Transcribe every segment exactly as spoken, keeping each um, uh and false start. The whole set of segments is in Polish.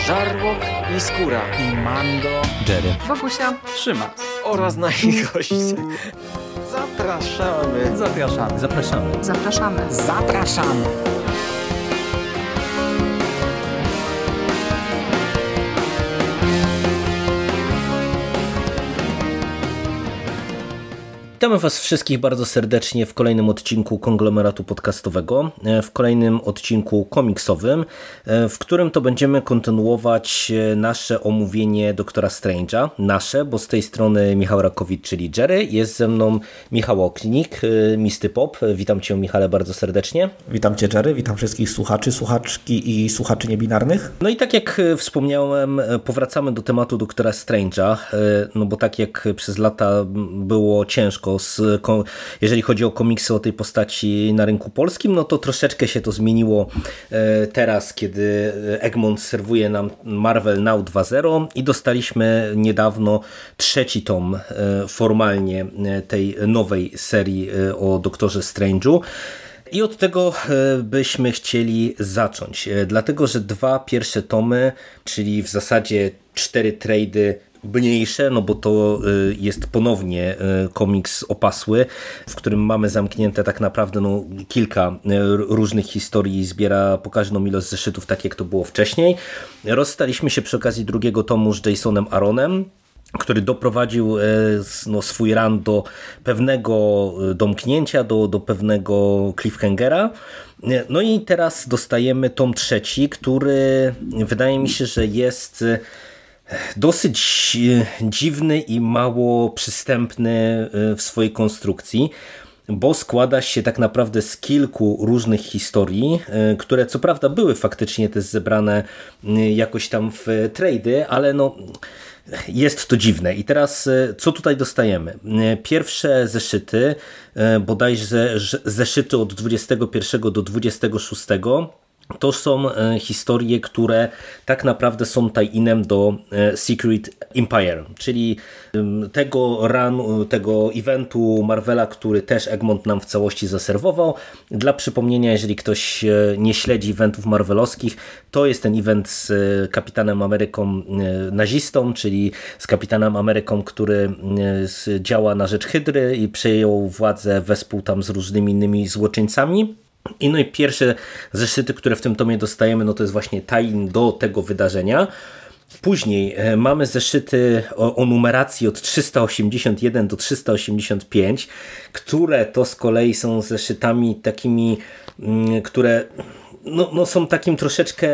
Żarłok i Skóra i Mando, Jerry, Wokusia, Szymas oraz nasi goście. Zapraszamy. Zapraszamy. Zapraszamy. Zapraszamy. Zapraszamy. Witamy Was wszystkich bardzo serdecznie w kolejnym odcinku konglomeratu podcastowego, w kolejnym odcinku komiksowym, w którym to będziemy kontynuować nasze omówienie Doktora Strange'a. Nasze, bo z tej strony Michał Rakowicz, czyli Jerry, jest ze mną Michał Oknik, Misty Pop. Witam Cię, Michale, bardzo serdecznie. Witam Cię, Jerry, witam wszystkich słuchaczy, słuchaczki i słuchaczy niebinarnych. No i tak jak wspomniałem, powracamy do tematu Doktora Strange'a, no bo tak jak przez lata było ciężko Z, jeżeli chodzi o komiksy o tej postaci na rynku polskim, no to troszeczkę się to zmieniło teraz, kiedy Egmont serwuje nam Marvel Now dwa zero i dostaliśmy niedawno trzeci tom formalnie tej nowej serii o Doktorze Strange'u. I od tego byśmy chcieli zacząć, dlatego że dwa pierwsze tomy, czyli w zasadzie cztery trady mniejsze, no bo to jest ponownie komiks opasły, w którym mamy zamknięte tak naprawdę no, kilka różnych historii i zbiera pokaźną ilość zeszytów, tak jak to było wcześniej. Rozstaliśmy się przy okazji drugiego tomu z Jasonem Aaronem, który doprowadził no, swój run do pewnego domknięcia, do, do pewnego cliffhangera. No i teraz dostajemy tom trzeci, który wydaje mi się, że jest dosyć dziwny i mało przystępny w swojej konstrukcji, bo składa się tak naprawdę z kilku różnych historii, które co prawda były faktycznie też zebrane jakoś tam w trady, ale no jest to dziwne. I teraz co tutaj dostajemy? Pierwsze zeszyty, bodajże zeszyty od dwudziestego pierwszego do dwudziestego szóstego, to są historie, które tak naprawdę są tie-inem do Secret Empire, czyli tego run, tego eventu Marvela, który też Egmont nam w całości zaserwował. Dla przypomnienia, jeżeli ktoś nie śledzi eventów marvelowskich, to jest ten event z Kapitanem Ameryką nazistą, czyli z Kapitanem Ameryką, który działa na rzecz Hydry i przejął władzę wespół tam z różnymi innymi złoczyńcami. I no i pierwsze zeszyty, które w tym tomie dostajemy, no to jest właśnie tie-in do tego wydarzenia. Później mamy zeszyty o, o numeracji od trzysta osiemdziesiąt jeden do trzysta osiemdziesiąt pięć, które to z kolei są zeszytami takimi, które no, no są takim troszeczkę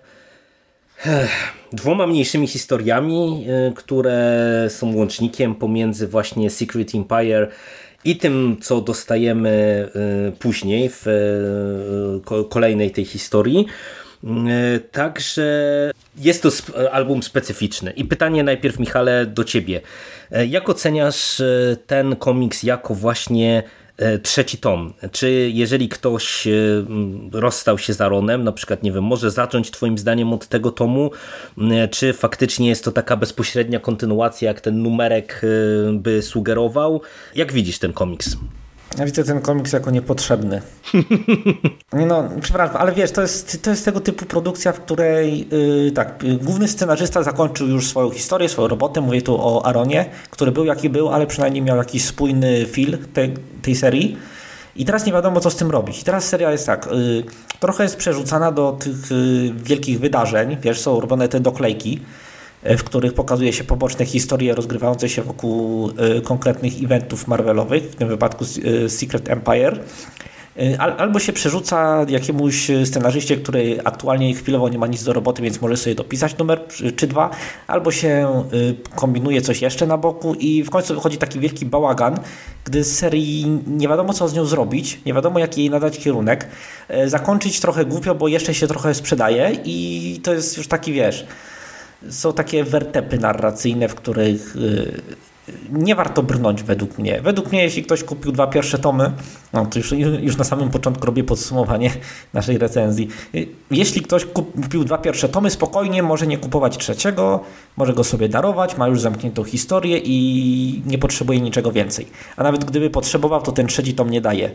dwoma mniejszymi historiami, które są łącznikiem pomiędzy właśnie Secret Empire i tym, co dostajemy później w kolejnej tej historii. Także jest to album specyficzny. I pytanie najpierw, Michale, do Ciebie. Jak oceniasz ten komiks jako właśnie trzeci tom? Czy jeżeli ktoś rozstał się z Aaronem, na przykład, nie wiem, może zacząć Twoim zdaniem od tego tomu, czy faktycznie jest to taka bezpośrednia kontynuacja, jak ten numerek by sugerował? Jak widzisz ten komiks? Ja widzę ten komiks jako niepotrzebny. Nie no, przepraszam, ale wiesz, to jest, to jest tego typu produkcja, w której yy, tak, yy, główny scenarzysta zakończył już swoją historię, swoją robotę. Mówię tu o Aaronie, który był jaki był, ale przynajmniej miał jakiś spójny feel tej, tej serii. I teraz nie wiadomo, co z tym robić. I teraz seria jest tak, yy, trochę jest przerzucana do tych yy, wielkich wydarzeń. Wiesz, są robione te doklejki, w których pokazuje się poboczne historie rozgrywające się wokół y, konkretnych eventów Marvelowych, w tym wypadku y, Secret Empire. Y, al, albo się przerzuca jakiemuś scenarzyście, który aktualnie chwilowo nie ma nic do roboty, więc może sobie dopisać numer czy, czy dwa, albo się y, kombinuje coś jeszcze na boku i w końcu wychodzi taki wielki bałagan, gdy z serii nie wiadomo, co z nią zrobić, nie wiadomo, jaki jej nadać kierunek, y, zakończyć trochę głupio, bo jeszcze się trochę sprzedaje i to jest już taki, wiesz, są takie wertepy narracyjne, w których yy, nie warto brnąć według mnie. Według mnie, jeśli ktoś kupił dwa pierwsze tomy, no to już, już na samym początku robię podsumowanie naszej recenzji. Jeśli ktoś kupił dwa pierwsze tomy, spokojnie może nie kupować trzeciego, może go sobie darować, ma już zamkniętą historię i nie potrzebuje niczego więcej. A nawet gdyby potrzebował, to ten trzeci tom nie daje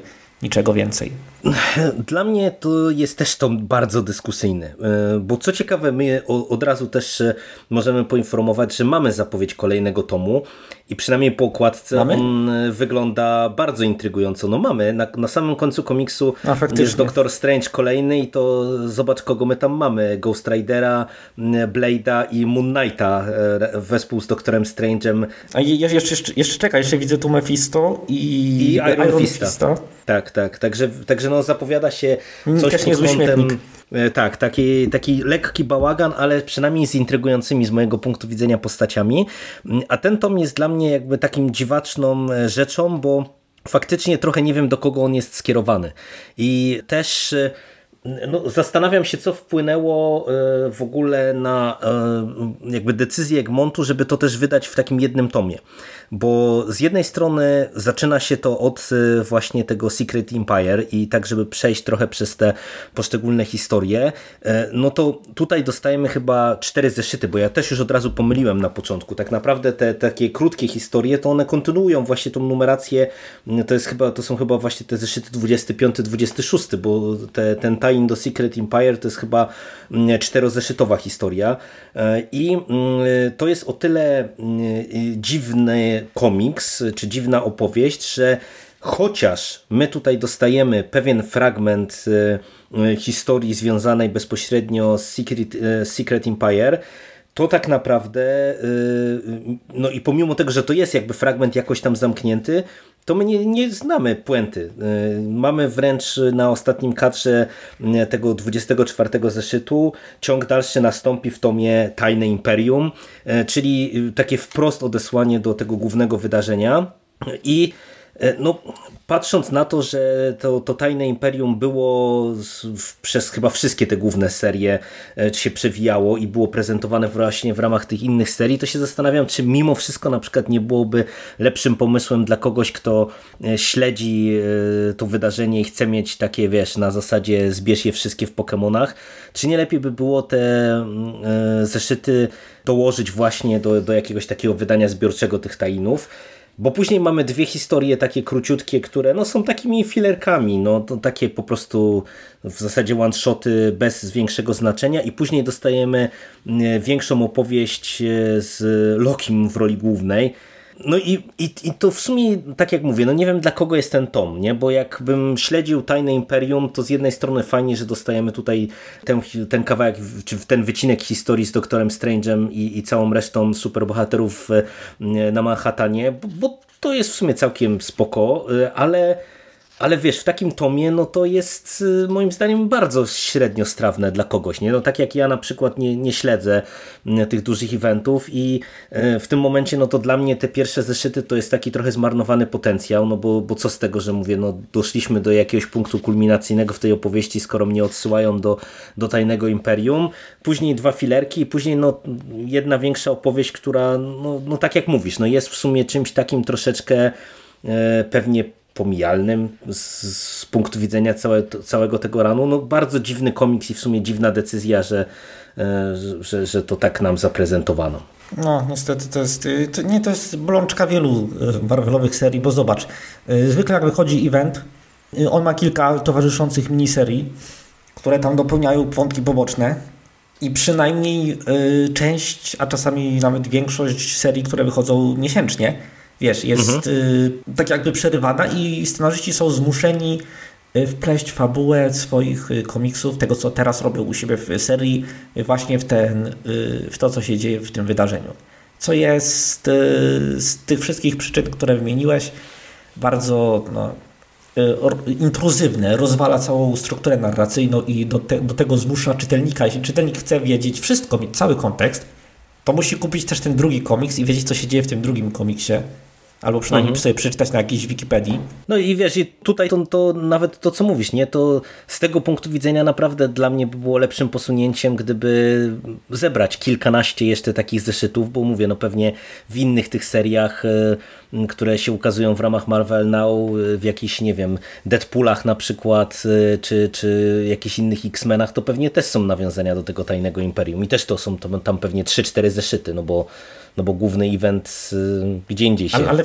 niczego więcej. Dla mnie to jest też to bardzo dyskusyjne, bo co ciekawe, my od razu też możemy poinformować, że mamy zapowiedź kolejnego tomu i przynajmniej po okładce mamy? On wygląda bardzo intrygująco. No mamy, na, na samym końcu komiksu jest Doktor Strange kolejny i to zobacz, kogo my tam mamy. Ghost Ridera, Blade'a i Moon Knighta wespół z Doktorem Strange'em. A jeszcze, jeszcze, jeszcze czekaj, jeszcze widzę tu Mephisto i, I Iron, Iron Fista. Fista. Tak, tak, także, także no zapowiada się coś Też pod kątem, tak, taki, taki lekki bałagan, ale przynajmniej z intrygującymi z mojego punktu widzenia postaciami, a ten tom jest dla mnie jakby takim dziwaczną rzeczą, bo faktycznie trochę nie wiem, do kogo on jest skierowany i też no, zastanawiam się, co wpłynęło w ogóle na jakby decyzję Egmontu, żeby to też wydać w takim jednym tomie. Bo z jednej strony zaczyna się to od właśnie tego Secret Empire i tak, żeby przejść trochę przez te poszczególne historie, no to tutaj dostajemy chyba cztery zeszyty, bo ja też już od razu pomyliłem na początku. Tak naprawdę te takie krótkie historie, to one kontynuują właśnie tą numerację, to jest chyba, to są chyba właśnie te zeszyty dwudziesty piąty dwudziesty szósty, bo te, ten tie-in do Secret Empire to jest chyba czterozeszytowa historia i to jest o tyle dziwny komiks, czy dziwna opowieść, że chociaż my tutaj dostajemy pewien fragment historii związanej bezpośrednio z Secret, Secret Empire, to tak naprawdę, no i pomimo tego, że to jest jakby fragment jakoś tam zamknięty, to my nie, nie znamy puenty. Mamy wręcz na ostatnim kadrze tego dwudziestego czwartego zeszytu ciąg dalszy nastąpi w tomie Tajne Imperium, czyli takie wprost odesłanie do tego głównego wydarzenia i no, patrząc na to, że to, to Tajne Imperium było z, w, przez chyba wszystkie te główne serie się przewijało i było prezentowane właśnie w ramach tych innych serii, to się zastanawiam, czy mimo wszystko na przykład nie byłoby lepszym pomysłem dla kogoś, kto śledzi to wydarzenie i chce mieć takie, wiesz, na zasadzie zbierz je wszystkie w Pokémonach, czy nie lepiej by było te zeszyty dołożyć właśnie do, do jakiegoś takiego wydania zbiorczego tych tajinów. Bo później mamy dwie historie takie króciutkie, które no, są takimi filerkami, no, to takie po prostu w zasadzie one-shoty bez większego znaczenia i później dostajemy większą opowieść z Lokim w roli głównej. No i, i, i to w sumie, tak jak mówię, no nie wiem dla kogo jest ten tom, nie? Bo jakbym śledził Tajne Imperium, to z jednej strony fajnie, że dostajemy tutaj ten, ten kawałek, czy ten wycinek historii z Doktorem Strange'em i, i całą resztą superbohaterów na Manhattanie, bo, bo to jest w sumie całkiem spoko, ale... Ale wiesz, w takim tomie, no to jest moim zdaniem bardzo średnio strawne dla kogoś, nie? No tak jak ja na przykład nie, nie śledzę tych dużych eventów i w tym momencie, no to dla mnie te pierwsze zeszyty to jest taki trochę zmarnowany potencjał, no bo, bo co z tego, że mówię, no doszliśmy do jakiegoś punktu kulminacyjnego w tej opowieści, skoro mnie odsyłają do, do Tajnego Imperium, później dwa filerki i później no jedna większa opowieść, która, no, no tak jak mówisz, no jest w sumie czymś takim troszeczkę e, pewnie pomijalnym z, z punktu widzenia całe, całego tego ranu. No bardzo dziwny komiks i w sumie dziwna decyzja, że, że, że to tak nam zaprezentowano. No niestety to jest, to, nie, to jest bolączka wielu Marvelowych serii, bo zobacz, zwykle jak wychodzi event, on ma kilka towarzyszących miniserii, które tam dopełniają wątki poboczne i przynajmniej y, część, a czasami nawet większość serii, które wychodzą miesięcznie, wiesz, jest mhm. y, tak jakby przerywana i scenarzyści są zmuszeni wpleść fabułę swoich komiksów, tego co teraz robią u siebie w serii, właśnie w, ten, y, w to, co się dzieje w tym wydarzeniu. Co jest y, z tych wszystkich przyczyn, które wymieniłeś, bardzo no, y, intruzywne, rozwala całą strukturę narracyjną i do, te, do tego zmusza czytelnika. Jeśli czytelnik chce wiedzieć wszystko, mieć cały kontekst, to musi kupić też ten drugi komiks i wiedzieć, co się dzieje w tym drugim komiksie. Albo przynajmniej mhm. sobie przeczytać na jakiejś Wikipedii. No i wiesz, i tutaj to, to nawet to, co mówisz, nie, to z tego punktu widzenia naprawdę dla mnie by było lepszym posunięciem, gdyby zebrać kilkanaście jeszcze takich zeszytów, bo mówię, no pewnie w innych tych seriach, y, które się ukazują w ramach Marvel Now, y, w jakichś, nie wiem, Deadpoolach na przykład, y, czy, czy jakichś innych X-Menach, to pewnie też są nawiązania do tego Tajnego Imperium i też to są to, tam pewnie trzy cztery zeszyty, no bo no bo główny event y, gdzie indziej się Ale, ale w,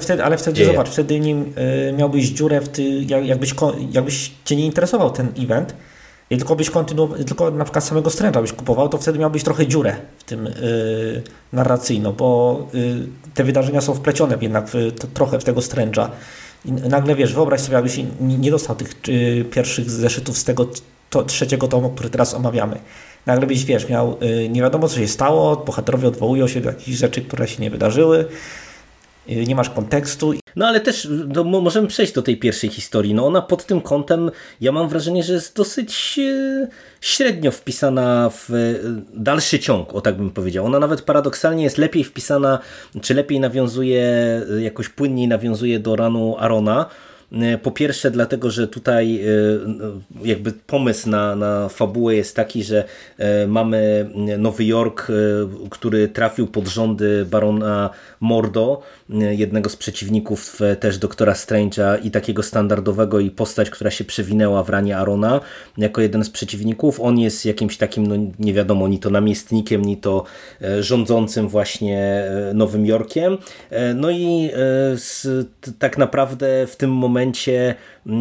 wtedy, ale wtedy dzieje. zobacz, wtedy nim y, miałbyś dziurę w ty, jak, jakbyś, jakbyś cię nie interesował ten event, i tylko byś kontynuował, tylko na przykład samego Strange'a byś kupował, to wtedy miałbyś trochę dziurę w tym y, narracyjną, bo y, te wydarzenia są wplecione jednak w, to, trochę w tego Strange'a. I nagle wiesz, wyobraź sobie, jakbyś nie, nie dostał tych y, pierwszych zeszytów z tego to, trzeciego tomu, który teraz omawiamy. Nagle byś, wiesz, miał y, nie wiadomo co się stało, bohaterowie odwołują się do jakichś rzeczy, które się nie wydarzyły, y, nie masz kontekstu. No ale też no, możemy przejść do tej pierwszej historii. No ona pod tym kątem, ja mam wrażenie, że jest dosyć e, średnio wpisana w e, dalszy ciąg, o tak bym powiedział. Ona nawet paradoksalnie jest lepiej wpisana, czy lepiej nawiązuje, e, jakoś płynniej nawiązuje do ranu Arona. Po pierwsze dlatego, że tutaj jakby pomysł na, na fabułę jest taki, że mamy Nowy Jork, który trafił pod rządy barona Mordo, jednego z przeciwników też doktora Strange'a i takiego standardowego i postać, która się przewinęła w ranie Arona jako jeden z przeciwników. On jest jakimś takim, no nie wiadomo, ni to namiestnikiem, ni to rządzącym właśnie Nowym Jorkiem. No i z, tak naprawdę w tym momencie momencie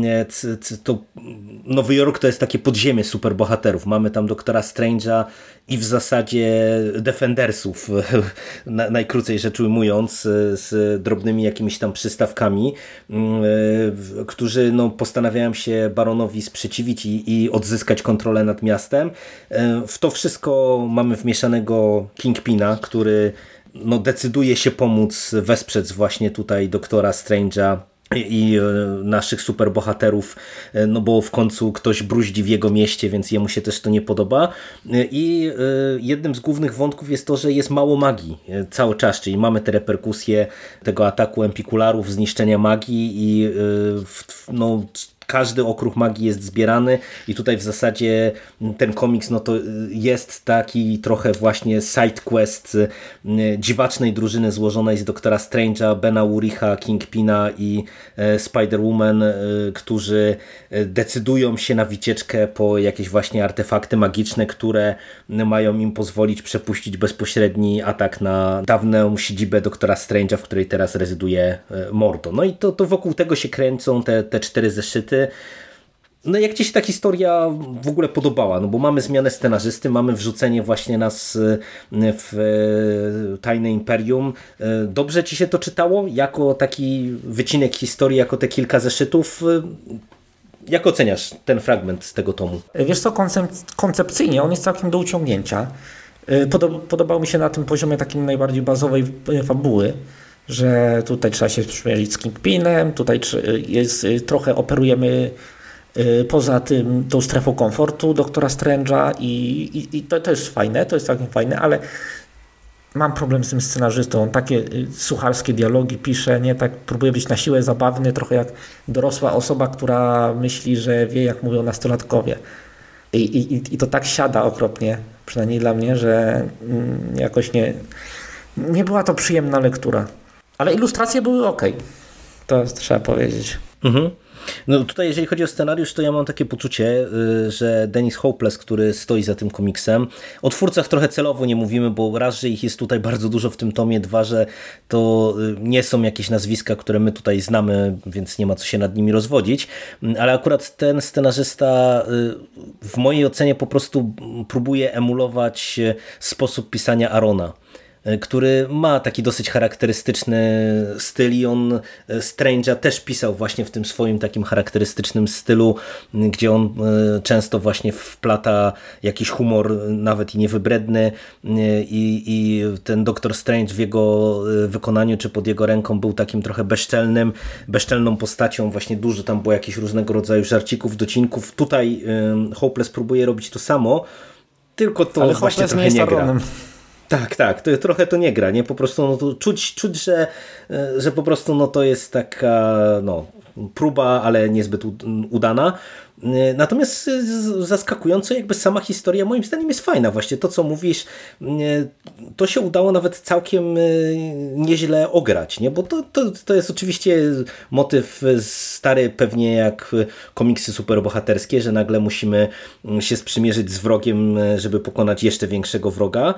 to Nowy Jork to jest takie podziemie superbohaterów. Mamy tam doktora Strange'a i w zasadzie Defendersów, najkrócej rzecz ujmując, z drobnymi jakimiś tam przystawkami, którzy no, postanawiają się baronowi sprzeciwić i, i odzyskać kontrolę nad miastem. W to wszystko mamy wmieszanego Kingpina, który no, decyduje się pomóc, wesprzeć właśnie tutaj doktora Strange'a i naszych superbohaterów, no bo w końcu ktoś bruździ w jego mieście, więc jemu się też to nie podoba. I jednym z głównych wątków jest to, że jest mało magii cały czas, czyli mamy te reperkusje tego ataku empikularów, zniszczenia magii i no każdy okruch magii jest zbierany i tutaj w zasadzie ten komiks no to jest taki trochę właśnie side quest dziwacznej drużyny złożonej z doktora Strange'a, Bena Uricha, Kingpina i Spider-Woman, którzy decydują się na wycieczkę po jakieś właśnie artefakty magiczne, które mają im pozwolić przepuścić bezpośredni atak na dawną siedzibę doktora Strange'a, w której teraz rezyduje Mordo. No i to, to wokół tego się kręcą te, te cztery zeszyty. No jak ci się ta historia w ogóle podobała? No bo mamy zmianę scenarzysty, mamy wrzucenie właśnie nas w Tajne Imperium. Dobrze ci się to czytało? Jako taki wycinek historii, jako te kilka zeszytów? Jak oceniasz ten fragment z tego tomu? Wiesz co, koncep- koncepcyjnie on jest całkiem do uciągnięcia. Podob- podobał mi się na tym poziomie takim najbardziej bazowej fabuły, że tutaj trzeba się przyjaźnić z Kingpinem, tutaj jest, trochę operujemy poza tym tą strefą komfortu doktora Strange'a i, i, i to, to jest fajne, to jest całkiem fajne, ale mam problem z tym scenarzystą. On takie sucharskie dialogi pisze, nie tak próbuje być na siłę zabawny, trochę jak dorosła osoba, która myśli, że wie, jak mówią nastolatkowie. I, i, i to tak siada okropnie, przynajmniej dla mnie, że jakoś nie, nie była to przyjemna lektura. Ale ilustracje były ok. To trzeba powiedzieć. Mhm. No tutaj jeżeli chodzi o scenariusz, to ja mam takie poczucie, że Dennis Hopeless, który stoi za tym komiksem, o twórcach trochę celowo nie mówimy, bo raz, że ich jest tutaj bardzo dużo w tym tomie, dwa, że to nie są jakieś nazwiska, które my tutaj znamy, więc nie ma co się nad nimi rozwodzić, ale akurat ten scenarzysta w mojej ocenie po prostu próbuje emulować sposób pisania Arona, który ma taki dosyć charakterystyczny styl i on Strange'a też pisał właśnie w tym swoim takim charakterystycznym stylu, gdzie on często właśnie wplata jakiś humor, nawet i niewybredny i, i ten doktor Strange w jego wykonaniu czy pod jego ręką był takim trochę bezczelnym, bezczelną postacią, właśnie dużo tam było jakichś różnego rodzaju żarcików, docinków. Tutaj Hopeless próbuje robić to samo, tylko to ale właśnie trochę nie, nie gra. Tak, tak, to trochę to nie gra, nie? Po prostu no, to czuć, czuć że, że po prostu no, to jest taka no, próba, ale niezbyt udana. Natomiast zaskakująco jakby sama historia moim zdaniem jest fajna. Właśnie to, co mówisz, to się udało nawet całkiem nieźle ograć, nie? Bo to, to, to jest oczywiście motyw stary pewnie jak komiksy superbohaterskie, że nagle musimy się sprzymierzyć z wrogiem, żeby pokonać jeszcze większego wroga,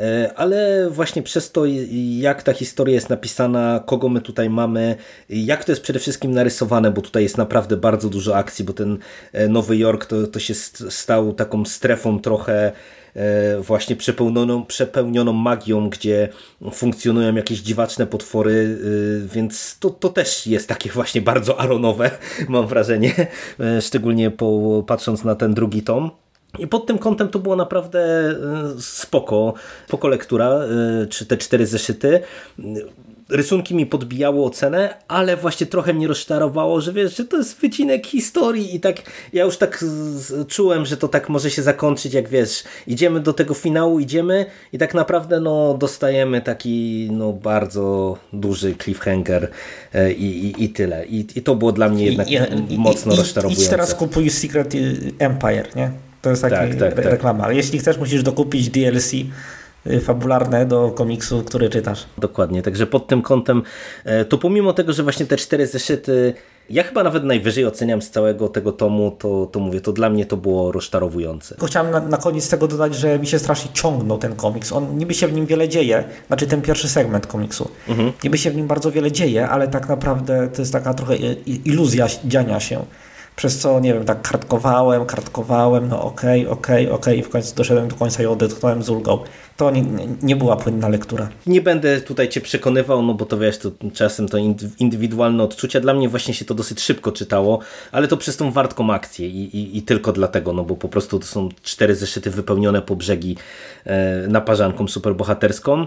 ale właśnie przez to, jak ta historia jest napisana, kogo my tutaj mamy, jak to jest przede wszystkim narysowane, bo tutaj jest naprawdę bardzo dużo akcji, bo ten Nowy Jork to, to się stał taką strefą trochę właśnie przepełnioną, przepełnioną magią, gdzie funkcjonują jakieś dziwaczne potwory, więc to, to też jest takie właśnie bardzo Aaronowe, mam wrażenie, szczególnie po, patrząc na ten drugi tom. I pod tym kątem to było naprawdę spoko, spoko lektura, czy te cztery zeszyty. Rysunki mi podbijało ocenę, ale właśnie trochę mnie rozczarowało, że wiesz, że to jest wycinek historii i tak ja już tak z, czułem, że to tak może się zakończyć, jak wiesz, idziemy do tego finału, idziemy i tak naprawdę no dostajemy taki no bardzo duży cliffhanger i, i, i tyle. I, I to było dla mnie jednak I, mocno i, rozczarowujące. I teraz kupuj Secret Empire, nie? To jest taki tak, tak, re- reklama. Ale jeśli chcesz, musisz dokupić D L C fabularne do komiksu, który czytasz. Dokładnie, także pod tym kątem to pomimo tego, że właśnie te cztery zeszyty ja chyba nawet najwyżej oceniam z całego tego tomu, to, to mówię, to dla mnie to było rozczarowujące. Tylko chciałem na, na koniec tego dodać, że mi się strasznie ciągnął ten komiks. On niby się w nim wiele dzieje, znaczy ten pierwszy segment komiksu. Mhm. Niby się w nim bardzo wiele dzieje, ale tak naprawdę to jest taka trochę iluzja dziania się. Przez co, nie wiem, tak kartkowałem, kartkowałem, no okej, okay, okej, okay, okej okay. i w końcu doszedłem do końca i odetchnąłem z ulgą. To nie, nie była płynna lektura. Nie będę tutaj cię przekonywał, no bo to wiesz, to czasem to indywidualne odczucia. Dla mnie właśnie się to dosyć szybko czytało, ale to przez tą wartką akcję i, i, i tylko dlatego, no bo po prostu to są cztery zeszyty wypełnione po brzegi e, naparzanką superbohaterską.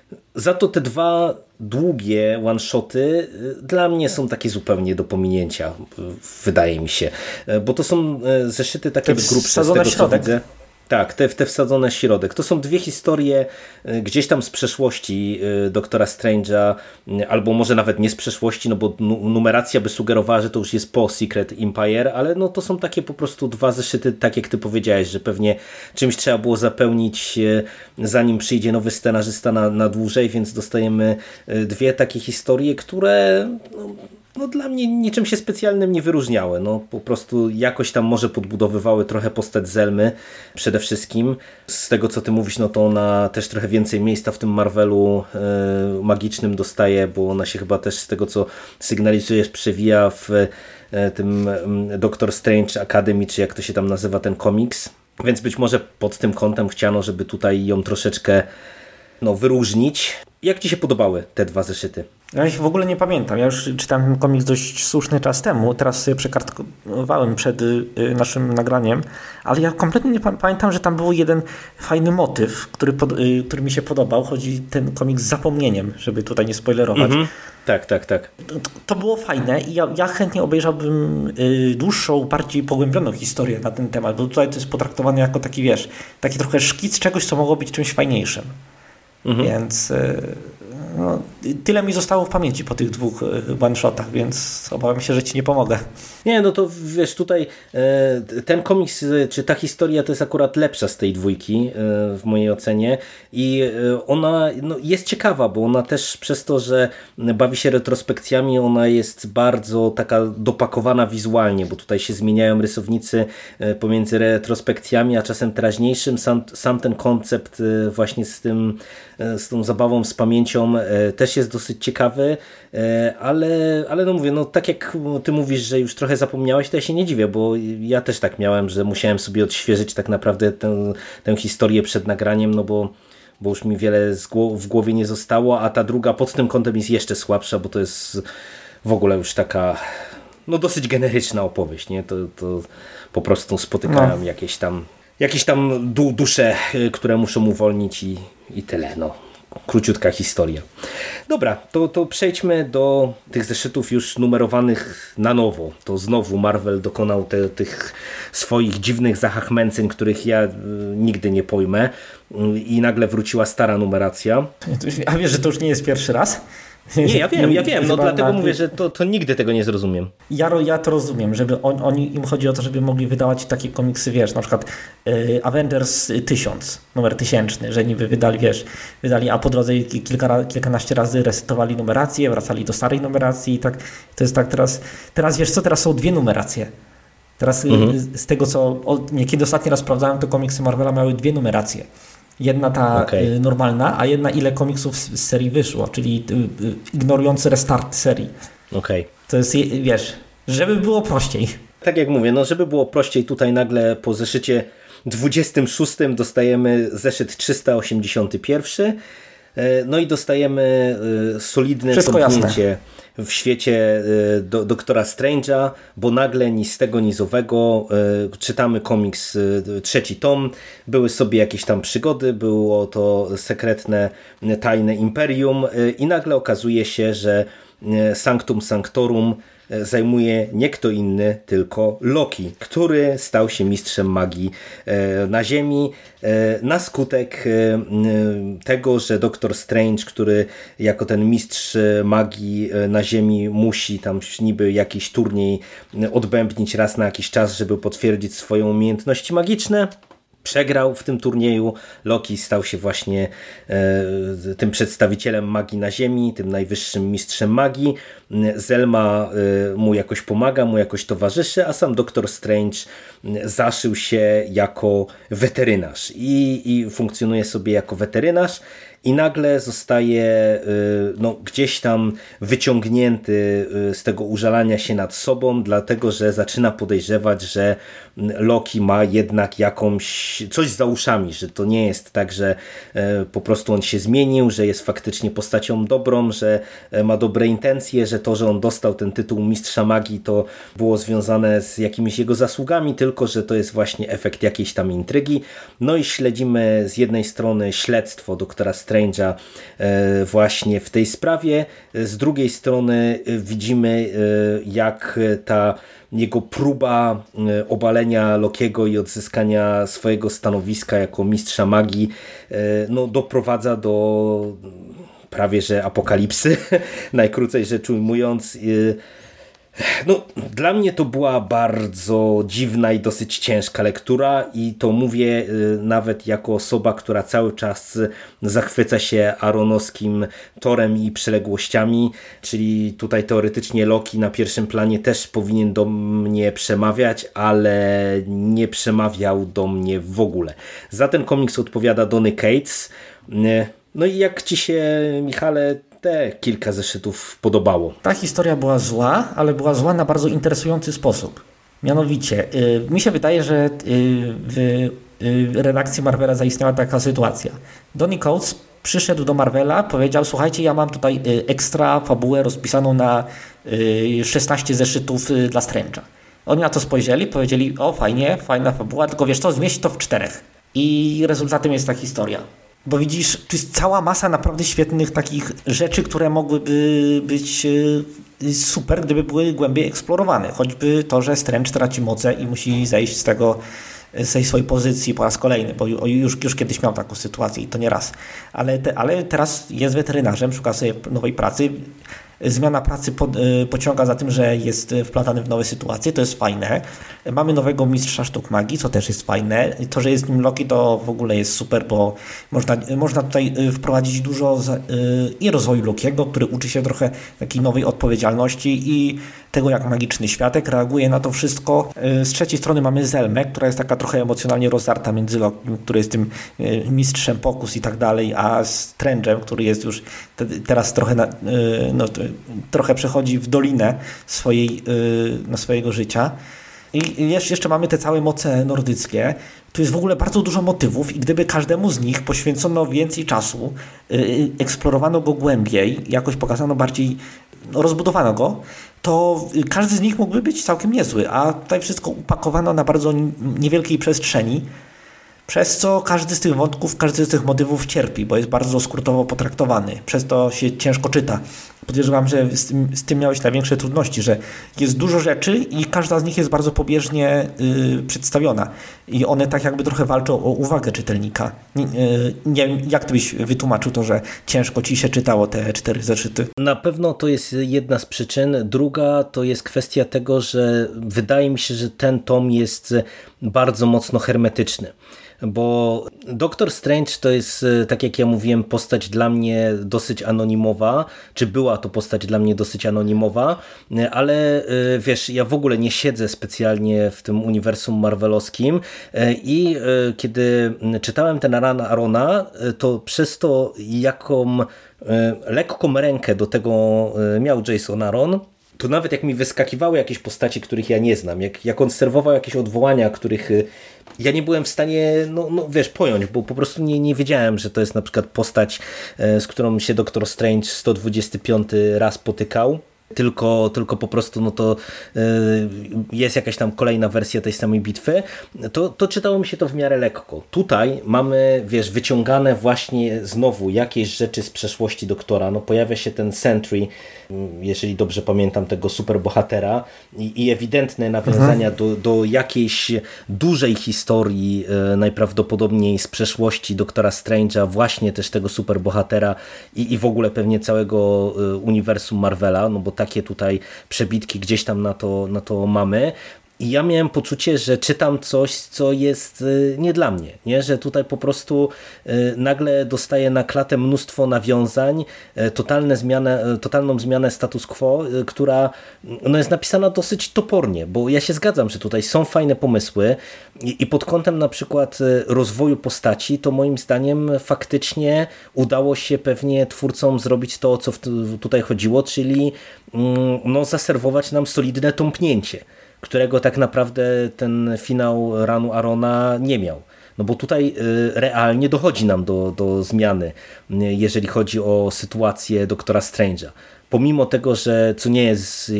Za to te dwa długie one-shoty dla mnie są takie zupełnie do pominięcia, wydaje mi się. Bo to są zeszyty takie grubsze z tego, co widzę. Tak, te, te wsadzone w środek. To są dwie historie gdzieś tam z przeszłości doktora Strange'a, albo może nawet nie z przeszłości, no bo numeracja by sugerowała, że to już jest po Secret Empire, ale no to są takie po prostu dwa zeszyty, tak jak ty powiedziałeś, że pewnie czymś trzeba było zapełnić, zanim przyjdzie nowy scenarzysta na, na dłużej, więc dostajemy dwie takie historie, które no, no dla mnie niczym się specjalnym nie wyróżniały. No po prostu jakoś tam może podbudowywały trochę postać Zelmy przede wszystkim. Z tego co ty mówisz, no to ona też trochę więcej miejsca w tym Marvelu y, magicznym dostaje, bo ona się chyba też z tego co sygnalizujesz przewija w y, tym y, Doctor Strange Academy, czy jak to się tam nazywa ten komiks. Więc być może pod tym kątem chciano, żeby tutaj ją troszeczkę no, wyróżnić. Jak ci się podobały te dwa zeszyty? Ja ich w ogóle nie pamiętam. Ja już czytałem ten komiks dość słuszny czas temu. Teraz sobie przekartkowałem przed y, naszym nagraniem, ale ja kompletnie nie pamiętam, że tam był jeden fajny motyw, który, pod, y, który mi się podobał. Chodzi ten komiks z zapomnieniem, żeby tutaj nie spoilerować. Mm-hmm. Tak, tak, tak. To, to było fajne i ja, ja chętnie obejrzałbym y, dłuższą, bardziej pogłębioną historię na ten temat, bo tutaj to jest potraktowane jako taki, wiesz, taki trochę szkic czegoś, co mogło być czymś fajniejszym. Mhm. Więc y, no, tyle mi zostało w pamięci po tych dwóch one-shotach, więc obawiam się, że ci nie pomogę. Nie, no to wiesz, tutaj y, ten komiks, czy ta historia to jest akurat lepsza z tej dwójki y, w mojej ocenie i y, ona no, jest ciekawa, bo ona też przez to, że bawi się retrospekcjami, ona jest bardzo taka dopakowana wizualnie, bo tutaj się zmieniają rysownicy y, pomiędzy retrospekcjami, a czasem teraźniejszym. Sam, sam ten koncept y, właśnie z tym z tą zabawą, z pamięcią też jest dosyć ciekawy, ale, ale no mówię, no tak jak ty mówisz, że już trochę zapomniałeś, to ja się nie dziwię, bo ja też tak miałem, że musiałem sobie odświeżyć tak naprawdę tę, tę historię przed nagraniem, no bo, bo już mi wiele w głowie nie zostało, a ta druga pod tym kątem jest jeszcze słabsza, bo to jest w ogóle już taka no dosyć generyczna opowieść, nie? To, to po prostu spotykają no. jakieś tam Jakieś tam du- dusze, które muszą uwolnić i, i tyle. No. Króciutka historia. Dobra, to, to przejdźmy do tych zeszytów już numerowanych na nowo. To znowu Marvel dokonał te, tych swoich dziwnych zachachmęceń, których ja y, nigdy nie pojmę. I nagle wróciła stara numeracja. A wiesz, że to już nie jest pierwszy raz? Nie, ja wiem, ja wiem, no dlatego mówię, że to, to nigdy tego nie zrozumiem. Ja, ja to rozumiem, żeby on, oni, im chodzi o to, żeby mogli wydawać takie komiksy, wiesz, na przykład y, Avengers tysiąc, numer tysięczny, że niby wydali, wiesz, wydali, a po drodze kilka, kilkanaście razy resetowali numerację, wracali do starej numeracji i tak, to jest tak teraz, teraz wiesz co, teraz są dwie numeracje. Teraz mhm. z tego, co od, nie, kiedy ostatni raz sprawdzałem, to komiksy Marvela miały dwie numeracje. Jedna ta okay. normalna, a jedna ile komiksów z, z serii wyszło, czyli y, y, ignorujący restart serii. Okej. Okay. To jest, wiesz, żeby było prościej. Tak jak mówię, no żeby było prościej, tutaj nagle po zeszycie dwudziestym szóstym dostajemy zeszyt trzysta osiemdziesiąty pierwszy, no i dostajemy solidne Wszystko tąpnięcie jasne. w świecie do, doktora Strange'a, bo nagle ni z tego, ni z owego czytamy komiks, trzeci tom, były sobie jakieś tam przygody, było to sekretne, tajne imperium i nagle okazuje się, że Sanctum Sanctorum zajmuje nie kto inny, tylko Loki, który stał się mistrzem magii na Ziemi na skutek tego, że doktor Strange, który jako ten mistrz magii na Ziemi musi tam niby jakiś turniej odbębnić raz na jakiś czas, żeby potwierdzić swoje umiejętności magiczne. Przegrał w tym turnieju, Loki stał się właśnie e, tym przedstawicielem magii na Ziemi, tym najwyższym mistrzem magii. Zelma e, mu jakoś pomaga, mu jakoś towarzyszy, a sam doktor Strange zaszył się jako weterynarz i, i funkcjonuje sobie jako weterynarz. I nagle zostaje no, gdzieś tam wyciągnięty z tego użalania się nad sobą, dlatego że zaczyna podejrzewać, że Loki ma jednak jakąś coś za uszami, że to nie jest tak, że po prostu on się zmienił, że jest faktycznie postacią dobrą, że ma dobre intencje, że to, że on dostał ten tytuł mistrza magii, to było związane z jakimiś jego zasługami, tylko że to jest właśnie efekt jakiejś tam intrygi. No i śledzimy z jednej strony śledztwo doktora Strange'a właśnie w tej sprawie, z drugiej strony widzimy, jak ta jego próba obalenia Lokiego i odzyskania swojego stanowiska jako mistrza magii no, doprowadza do prawie że apokalipsy, najkrócej rzecz ujmując. No, dla mnie to była bardzo dziwna i dosyć ciężka lektura i to mówię nawet jako osoba, która cały czas zachwyca się aronowskim torem i przyległościami, czyli tutaj teoretycznie Loki na pierwszym planie też powinien do mnie przemawiać, ale nie przemawiał do mnie w ogóle. Za ten komiks odpowiada Donny Cates. No i jak ci się, Michale, te kilka zeszytów podobało? Ta historia była zła, ale była zła na bardzo interesujący sposób. Mianowicie, yy, mi się wydaje, że yy, w yy, redakcji Marvela zaistniała taka sytuacja. Donny Cates przyszedł do Marvela, powiedział: słuchajcie, ja mam tutaj yy, ekstra fabułę rozpisaną na yy, szesnaście zeszytów yy, dla Strange'a. Oni na to spojrzeli, powiedzieli: o, fajnie, fajna fabuła, tylko wiesz co, zmieść to w czterech. I rezultatem jest ta historia. Bo widzisz, to jest cała masa naprawdę świetnych takich rzeczy, które mogłyby być super, gdyby były głębiej eksplorowane. Choćby to, że Strange traci moce i musi zejść z tego, z tej swojej pozycji po raz kolejny, bo już, już kiedyś miał taką sytuację i to nie raz. Ale, te, ale teraz jest weterynarzem, szuka sobie nowej pracy. Zmiana pracy po, y, pociąga za tym, że jest wplatany w nowe sytuacje, to jest fajne. Mamy nowego mistrza sztuk magii, co też jest fajne. To, że jest nim Loki, to w ogóle jest super, bo można, można tutaj wprowadzić dużo z, y, i rozwoju Lokiego, który uczy się trochę takiej nowej odpowiedzialności i tego, jak magiczny światek reaguje na to wszystko. Y, z trzeciej strony mamy Zelmę, która jest taka trochę emocjonalnie rozdarta między Lokim, który jest tym y, mistrzem pokus i tak dalej, a Strange'em, który jest już te, teraz trochę na, y, no, trochę przechodzi w dolinę swojej, no, swojego życia. I jeszcze mamy te całe moce nordyckie. Tu jest w ogóle bardzo dużo motywów i gdyby każdemu z nich poświęcono więcej czasu, eksplorowano go głębiej, jakoś pokazano bardziej, no, rozbudowano go, to każdy z nich mógłby być całkiem niezły, a tutaj wszystko upakowano na bardzo niewielkiej przestrzeni, Przez co każdy z tych wątków, każdy z tych motywów cierpi, bo jest bardzo skrótowo potraktowany. Przez to się ciężko czyta. Podejrzewam, że z tym, z tym miałeś największe trudności, że jest dużo rzeczy i każda z nich jest bardzo pobieżnie yy, przedstawiona. I one tak jakby trochę walczą o uwagę czytelnika. Nie, yy, nie wiem, jak ty byś wytłumaczył to, że ciężko ci się czytało te cztery zeszyty? Na pewno to jest jedna z przyczyn. Druga to jest kwestia tego, że wydaje mi się, że ten tom jest bardzo mocno hermetyczny. Bo Doktor Strange to jest, tak jak ja mówiłem, postać dla mnie dosyć anonimowa, czy była to postać dla mnie dosyć anonimowa, ale wiesz, ja w ogóle nie siedzę specjalnie w tym uniwersum marvelowskim i kiedy czytałem ten Run Arona, to przez to, jaką lekką rękę do tego miał Jason Aaron, to nawet jak mi wyskakiwały jakieś postaci, których ja nie znam, jak, jak on serwował jakieś odwołania, których ja nie byłem w stanie, no, no wiesz, pojąć, bo po prostu nie, nie wiedziałem, że to jest na przykład postać, z którą się Doktor Strange sto dwudziesty piąty raz potykał. Tylko, tylko po prostu no to jest jakaś tam kolejna wersja tej samej bitwy, to, to czytało mi się to w miarę lekko. Tutaj mamy, wiesz, wyciągane właśnie znowu jakieś rzeczy z przeszłości Doktora. No pojawia się ten Sentry, jeżeli dobrze pamiętam, tego superbohatera i, i ewidentne nawiązania mhm. do, do jakiejś dużej historii, najprawdopodobniej z przeszłości Doktora Strange'a, właśnie też tego superbohatera i, i w ogóle pewnie całego uniwersum Marvela, no bo takie tutaj przebitki gdzieś tam na to, na to mamy. I ja miałem poczucie, że czytam coś, co jest nie dla mnie, nie? Że tutaj po prostu nagle dostaję na klatę mnóstwo nawiązań, totalne zmianę, totalną zmianę status quo, która no jest napisana dosyć topornie, bo ja się zgadzam, że tutaj są fajne pomysły i pod kątem na przykład rozwoju postaci, to moim zdaniem faktycznie udało się pewnie twórcom zrobić to, o co tutaj chodziło, czyli no, zaserwować nam solidne tąpnięcie, którego tak naprawdę ten finał Runu Arona nie miał. No bo tutaj realnie dochodzi nam do, do zmiany, jeżeli chodzi o sytuację Doktora Strange'a. Pomimo tego, że co nie jest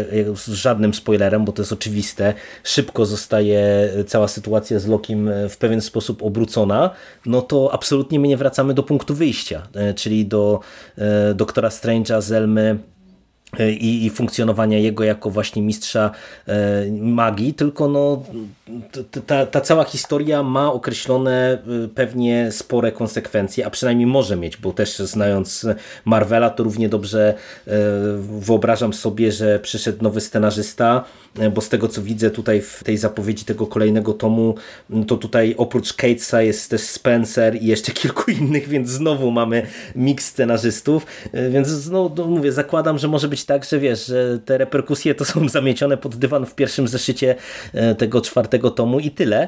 żadnym spoilerem, bo to jest oczywiste, szybko zostaje cała sytuacja z Lokim w pewien sposób obrócona, no to absolutnie my nie wracamy do punktu wyjścia, czyli do Doktora Strange'a, Zelmy, I, i funkcjonowania jego jako właśnie mistrza e, magii, tylko no, ta, ta cała historia ma określone pewnie spore konsekwencje, a przynajmniej może mieć, bo też znając Marvela, to równie dobrze e, wyobrażam sobie, że przyszedł nowy scenarzysta, bo z tego co widzę tutaj w tej zapowiedzi tego kolejnego tomu, to tutaj oprócz Catesa jest też Spencer i jeszcze kilku innych, więc znowu mamy miks scenarzystów, więc no, no mówię, zakładam, że może być tak, że wiesz, że te reperkusje to są zamiecione pod dywan w pierwszym zeszycie tego czwartego tomu i tyle,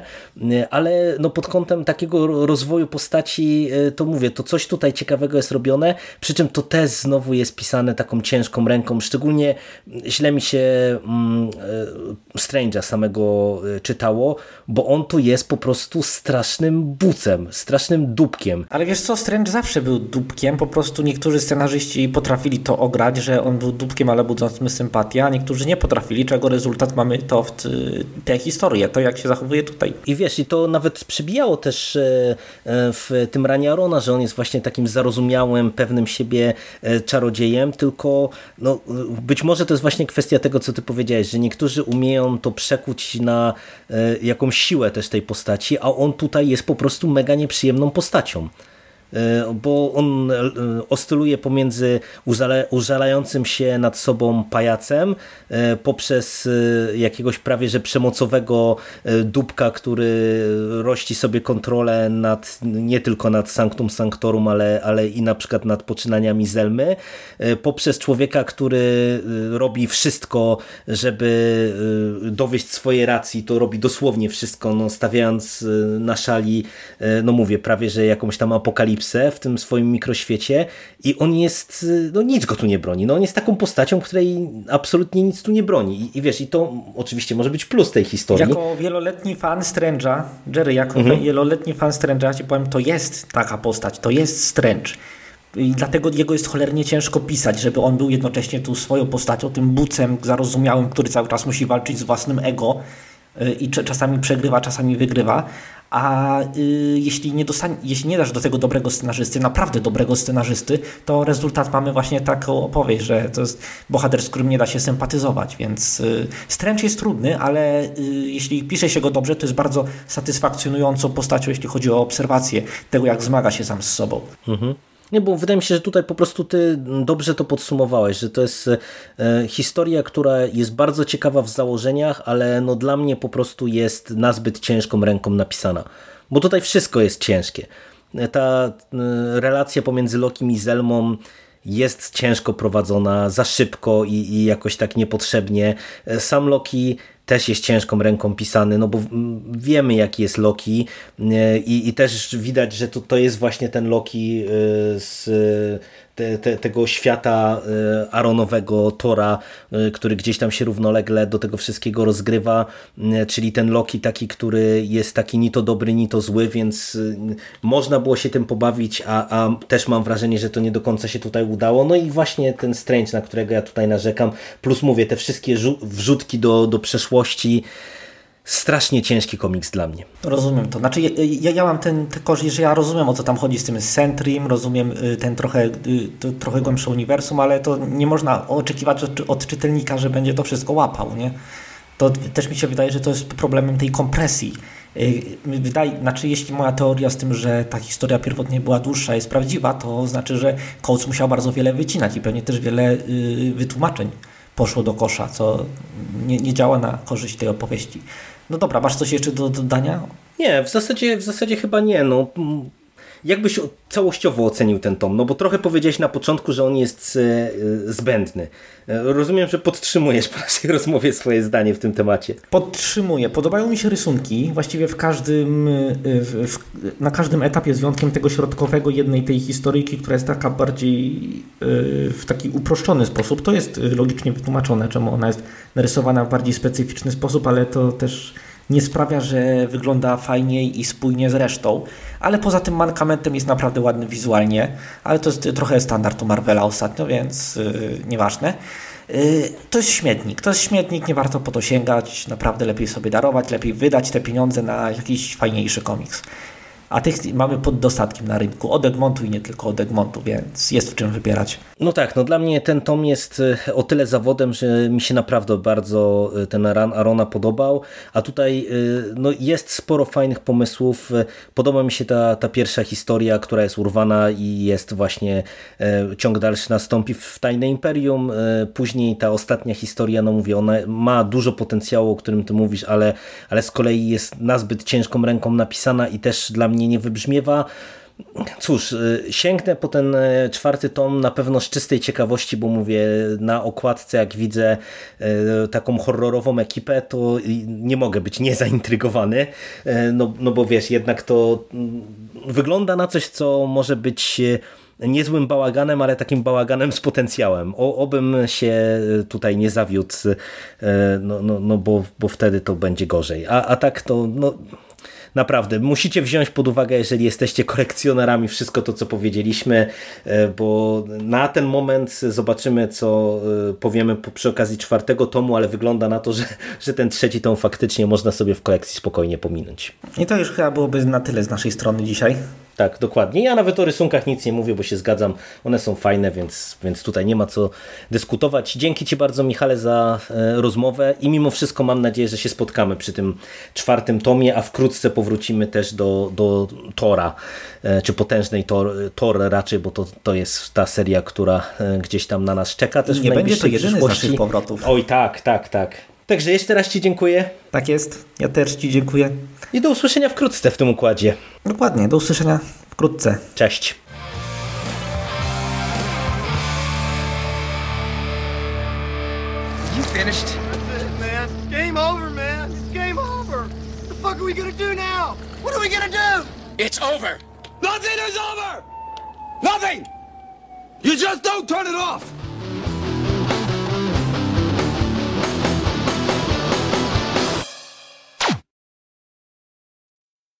ale no pod kątem takiego rozwoju postaci, to mówię, to coś tutaj ciekawego jest robione, przy czym to też znowu jest pisane taką ciężką ręką, szczególnie źle mi się mm, Strange'a samego czytało, bo on tu jest po prostu strasznym bucem, strasznym dupkiem. Ale wiesz co, Strange zawsze był dupkiem, po prostu niektórzy scenarzyści potrafili to ograć, że on był dupkiem, ale budzącym sympatię, a niektórzy nie potrafili, czego rezultat mamy to w tę historię, to jak się zachowuje tutaj. I wiesz, i to nawet przebijało też w tym Ranie Arona, że on jest właśnie takim zarozumiałym, pewnym siebie czarodziejem, tylko no, być może to jest właśnie kwestia tego, co ty powiedziałeś, że niektórzy umieją to przekuć na jakąś siłę też tej postaci, a on tutaj jest po prostu mega nieprzyjemną postacią. Bo on oscyluje pomiędzy użalającym się nad sobą pajacem poprzez jakiegoś prawie że przemocowego dupka, który rości sobie kontrolę nad, nie tylko nad Sanctum Sanctorum, ale, ale i na przykład nad poczynaniami Zelmy, poprzez człowieka, który robi wszystko, żeby dowieść swojej racji, to robi dosłownie wszystko, no, stawiając na szali, no mówię, prawie że jakąś tam apokalipsę w tym swoim mikroświecie i on jest, no nic go tu nie broni. No on jest taką postacią, której absolutnie nic tu nie broni. I, i wiesz, i to oczywiście może być plus tej historii. Jako wieloletni fan Strange'a, Jerry, jako mhm. wieloletni fan Strange'a ci powiem, to jest taka postać, to jest Strange. I dlatego jego jest cholernie ciężko pisać, żeby on był jednocześnie tu swoją postacią, tym bucem zarozumiałym, który cały czas musi walczyć z własnym ego i czasami przegrywa, czasami wygrywa, A y, jeśli, nie dostanie, jeśli nie dasz do tego dobrego scenarzysty, naprawdę dobrego scenarzysty, to rezultat mamy właśnie taką opowieść, że to jest bohater, z którym nie da się sympatyzować, więc y, Strange jest trudny, ale y, jeśli pisze się go dobrze, to jest bardzo satysfakcjonującą postacią, jeśli chodzi o obserwację tego, jak zmaga się sam z sobą. Mhm. Nie, bo wydaje mi się, że tutaj po prostu ty dobrze to podsumowałeś, że to jest e, historia, która jest bardzo ciekawa w założeniach, ale no dla mnie po prostu jest nazbyt ciężką ręką napisana. Bo tutaj wszystko jest ciężkie. Ta e, relacja pomiędzy Lokim i Zelmą jest ciężko prowadzona, za szybko i, i jakoś tak niepotrzebnie. Sam Loki też jest ciężką ręką pisany, no bo wiemy jaki jest Loki i, i też widać, że to, to jest właśnie ten Loki z te, te, tego świata Aaronowego, Tora, który gdzieś tam się równolegle do tego wszystkiego rozgrywa, czyli ten Loki taki, który jest taki ni to dobry, ni to zły, więc można było się tym pobawić, a, a też mam wrażenie, że to nie do końca się tutaj udało. No i właśnie ten Strange, na którego ja tutaj narzekam, plus mówię, te wszystkie wrzutki do, do przeszłości, strasznie ciężki komiks dla mnie. Rozumiem to. Znaczy ja, ja, ja mam ten, ten korzyść, że ja rozumiem, o co tam chodzi z tym Sentrim, rozumiem ten trochę, trochę głębsze uniwersum, ale to nie można oczekiwać od, od czytelnika, że będzie to wszystko łapał, nie? To też mi się wydaje, że to jest problemem tej kompresji. Wydaje, znaczy jeśli moja teoria z tym, że ta historia pierwotnie była dłuższa, jest prawdziwa, to znaczy, że Coates musiał bardzo wiele wycinać i pewnie też wiele wytłumaczeń poszło do kosza, co nie, nie działa na korzyść tej opowieści. No dobra, masz coś jeszcze do dodania? Nie, w zasadzie, w zasadzie chyba nie. No, jakbyś całościowo ocenił ten tom? No bo trochę powiedziałeś na początku, że on jest e, zbędny. Rozumiem, że podtrzymujesz po naszej rozmowie swoje zdanie w tym temacie. Podtrzymuję. Podobają mi się rysunki. Właściwie w każdym, w, w, na każdym etapie z wyjątkiem tego środkowego jednej tej historyjki, która jest taka bardziej w taki uproszczony sposób. To jest logicznie wytłumaczone, czemu ona jest narysowana w bardziej specyficzny sposób, ale to też nie sprawia, że wygląda fajniej i spójnie z resztą, ale poza tym mankamentem jest naprawdę ładny wizualnie, ale to jest trochę standard u Marvela ostatnio, więc yy, nieważne. Yy, to jest śmietnik, to jest śmietnik, nie warto po to sięgać, naprawdę lepiej sobie darować, lepiej wydać te pieniądze na jakiś fajniejszy komiks. A tych mamy pod dostatkiem na rynku, od Egmontu i nie tylko od Egmontu, więc jest w czym wybierać. No tak, no dla mnie ten tom jest o tyle zawodem, że mi się naprawdę bardzo ten run Arona podobał, a tutaj no, jest sporo fajnych pomysłów. Podoba mi się ta, ta pierwsza historia, która jest urwana i jest właśnie ciąg dalszy nastąpi w Tajne Imperium. Później ta ostatnia historia, no mówię, ona ma dużo potencjału, o którym ty mówisz, ale, ale z kolei jest nazbyt ciężką ręką napisana i też dla mnie nie wybrzmiewa. Cóż, sięgnę po ten czwarty tom na pewno z czystej ciekawości, bo mówię, na okładce jak widzę taką horrorową ekipę, to nie mogę być niezaintrygowany, no, no bo wiesz, jednak to wygląda na coś, co może być niezłym bałaganem, ale takim bałaganem z potencjałem. O, obym się tutaj nie zawiódł, no, no, no bo, bo wtedy to będzie gorzej. A, a tak to no naprawdę, musicie wziąć pod uwagę, jeżeli jesteście kolekcjonerami, wszystko to, co powiedzieliśmy, bo na ten moment zobaczymy, co powiemy przy okazji czwartego tomu, ale wygląda na to, że, że ten trzeci tom faktycznie można sobie w kolekcji spokojnie pominąć. I to już chyba byłoby na tyle z naszej strony dzisiaj. Tak, dokładnie. Ja nawet o rysunkach nic nie mówię, bo się zgadzam. One są fajne, więc, więc tutaj nie ma co dyskutować. Dzięki Ci bardzo, Michale, za e, rozmowę i mimo wszystko mam nadzieję, że się spotkamy przy tym czwartym tomie, a wkrótce powrócimy też do, do Tora, e, czy potężnej Tor, Tor raczej, bo to, to jest ta seria, która e, gdzieś tam na nas czeka. Też I nie w będzie to jedyny przyszłości. z naszych powrotów. Oj, tak, tak, tak. Także jeszcze raz Ci dziękuję. Tak jest, ja też Ci dziękuję. I do usłyszenia wkrótce w tym układzie. Dokładnie, do usłyszenia wkrótce. Cześć. You finished? That's it, man. Game over, man. It's game over. What the fuck are we gonna do now? What are we gonna do? It's over. Nothing is over! Nothing! You just don't turn it off!